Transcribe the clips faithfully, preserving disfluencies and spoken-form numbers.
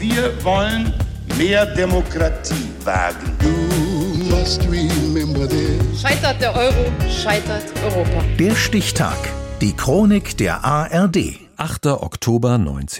Wir wollen mehr Demokratie wagen. Scheitert der Euro, scheitert Europa. Der Stichtag. Die Chronik der A R D. achter Oktober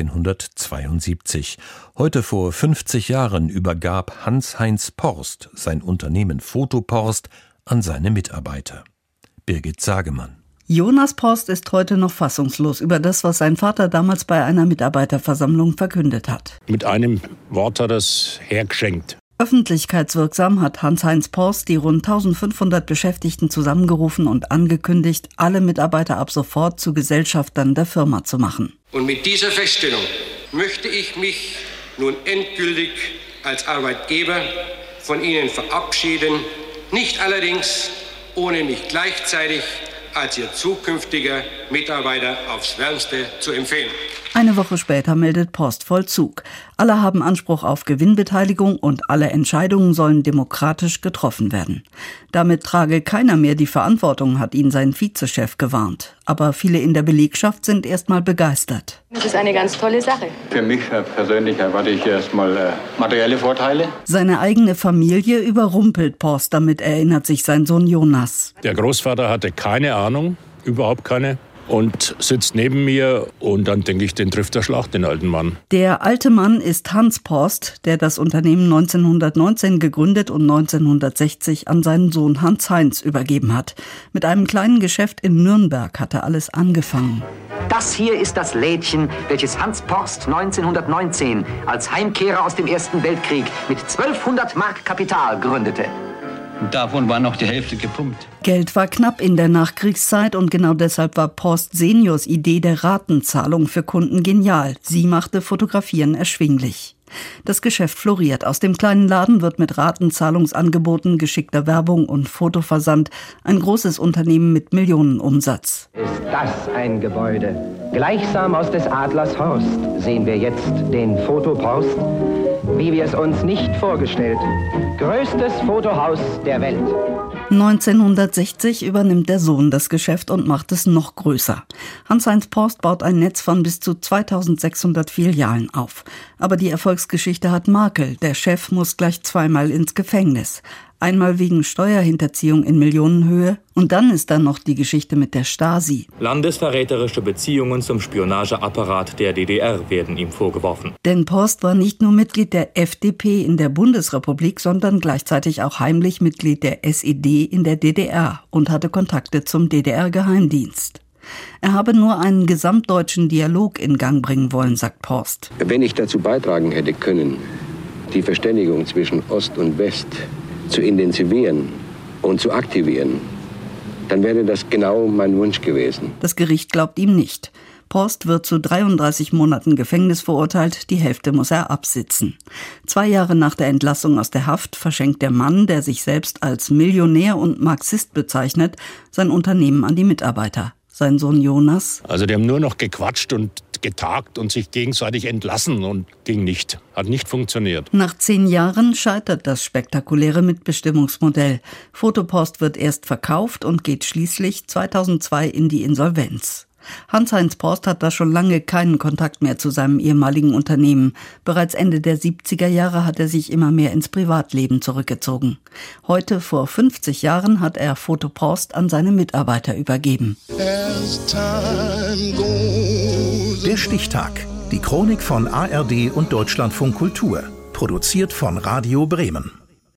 neunzehnhundertzweiundsiebzig. Heute vor fünfzig Jahren übergab Hans-Heinz Porst sein Unternehmen Fotoporst an seine Mitarbeiter. Birgit Sagemann. Jonas Porst ist heute noch fassungslos über das, was sein Vater damals bei einer Mitarbeiterversammlung verkündet hat. Mit einem Wort hat er es hergeschenkt. Öffentlichkeitswirksam hat Hans-Heinz Porst die rund eintausendfünfhundert Beschäftigten zusammengerufen und angekündigt, alle Mitarbeiter ab sofort zu Gesellschaftern der Firma zu machen. Und mit dieser Feststellung möchte ich mich nun endgültig als Arbeitgeber von Ihnen verabschieden, nicht allerdings ohne mich gleichzeitig als Ihr zukünftiger Mitarbeiter aufs Wärmste zu empfehlen. Eine Woche später meldet Porst Vollzug. Alle haben Anspruch auf Gewinnbeteiligung und alle Entscheidungen sollen demokratisch getroffen werden. Damit trage keiner mehr die Verantwortung, hat ihn sein Vizechef gewarnt. Aber viele in der Belegschaft sind erstmal begeistert. Das ist eine ganz tolle Sache. Für mich persönlich erwarte ich erstmal äh, materielle Vorteile. Seine eigene Familie überrumpelt Porst, damit erinnert sich sein Sohn Jonas. Der Großvater hatte keine Ahnung, überhaupt keine. Und sitzt neben mir und dann denke ich, den trifft der Schlag, den alten Mann. Der alte Mann ist Hans Porst, der das Unternehmen neunzehnhundertneunzehn gegründet und neunzehnhundertsechzig an seinen Sohn Hans-Heinz übergeben hat. Mit einem kleinen Geschäft in Nürnberg hatte alles angefangen. Das hier ist das Lädchen, welches Hans Porst neunzehnhundertneunzehn als Heimkehrer aus dem Ersten Weltkrieg mit zwölfhundert Mark Kapital gründete. Davon war noch die Hälfte gepumpt. Geld war knapp in der Nachkriegszeit und genau deshalb war Porst Seniors Idee der Ratenzahlung für Kunden genial. Sie machte Fotografieren erschwinglich. Das Geschäft floriert. Aus dem kleinen Laden wird mit Ratenzahlungsangeboten, geschickter Werbung und Fotoversand ein großes Unternehmen mit Millionenumsatz. Ist das ein Gebäude? Gleichsam aus des Adlers Horst sehen wir jetzt den Fotoporst, wie wir es uns nicht vorgestellt. Größtes Fotohaus der Welt. neunzehnhundertsechzig übernimmt der Sohn das Geschäft und macht es noch größer. Hans-Heinz Porst baut ein Netz von bis zu zweitausendsechshundert Filialen auf. Aber die Erfolgsgeschichte hat Makel. Der Chef muss gleich zweimal ins Gefängnis. Einmal wegen Steuerhinterziehung in Millionenhöhe und dann ist da noch die Geschichte mit der Stasi. Landesverräterische Beziehungen zum Spionageapparat der D D R werden ihm vorgeworfen. Denn Porst war nicht nur Mitglied der F D P in der Bundesrepublik, sondern gleichzeitig auch heimlich Mitglied der S E D in der D D R und hatte Kontakte zum D D R-Geheimdienst. Er habe nur einen gesamtdeutschen Dialog in Gang bringen wollen, sagt Porst. Wenn ich dazu beitragen hätte können, die Verständigung zwischen Ost und West zu intensivieren und zu aktivieren, dann wäre das genau mein Wunsch gewesen. Das Gericht glaubt ihm nicht. Porst wird zu dreiunddreißig Monaten Gefängnis verurteilt, die Hälfte muss er absitzen. Zwei Jahre nach der Entlassung aus der Haft verschenkt der Mann, der sich selbst als Millionär und Marxist bezeichnet, sein Unternehmen an die Mitarbeiter. Sein Sohn Jonas? Also die haben nur noch gequatscht und getagt und sich gegenseitig entlassen und ging nicht. Hat nicht funktioniert. Nach zehn Jahren scheitert das spektakuläre Mitbestimmungsmodell. Fotoporst wird erst verkauft und geht schließlich zweitausendzwei in die Insolvenz. Hans-Heinz Porst hat da schon lange keinen Kontakt mehr zu seinem ehemaligen Unternehmen. Bereits Ende der siebziger Jahre hat er sich immer mehr ins Privatleben zurückgezogen. Heute, vor fünfzig Jahren, hat er Fotoporst an seine Mitarbeiter übergeben. Der Stichtag. Die Chronik von A R D und Deutschlandfunk Kultur. Produziert von Radio Bremen.